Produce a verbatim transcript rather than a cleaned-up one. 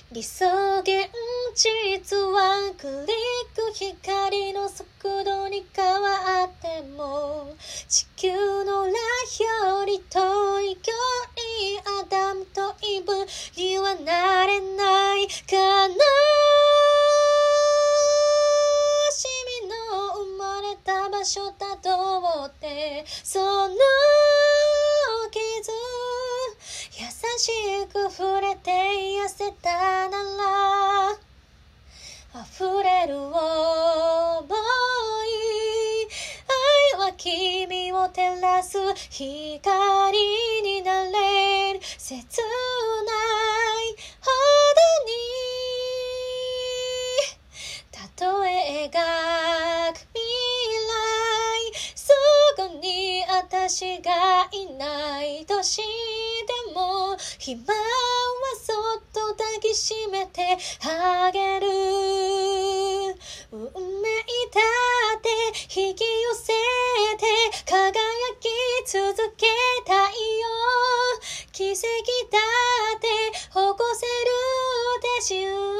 理想現実はクリック光の速度に変わっても地球の裏より遠い距離アダムとイブにはなれない悲しみの生まれた場所たどってその傷優しく触れて癒せたなら溢れる想い愛は君を照らす光になれる切ないほどにたとえ描く未来そこに私がいないとしても今はそっと抱きしめてあげる運命だって引き寄せて輝き続けたいよ奇跡だって起こせるでしょう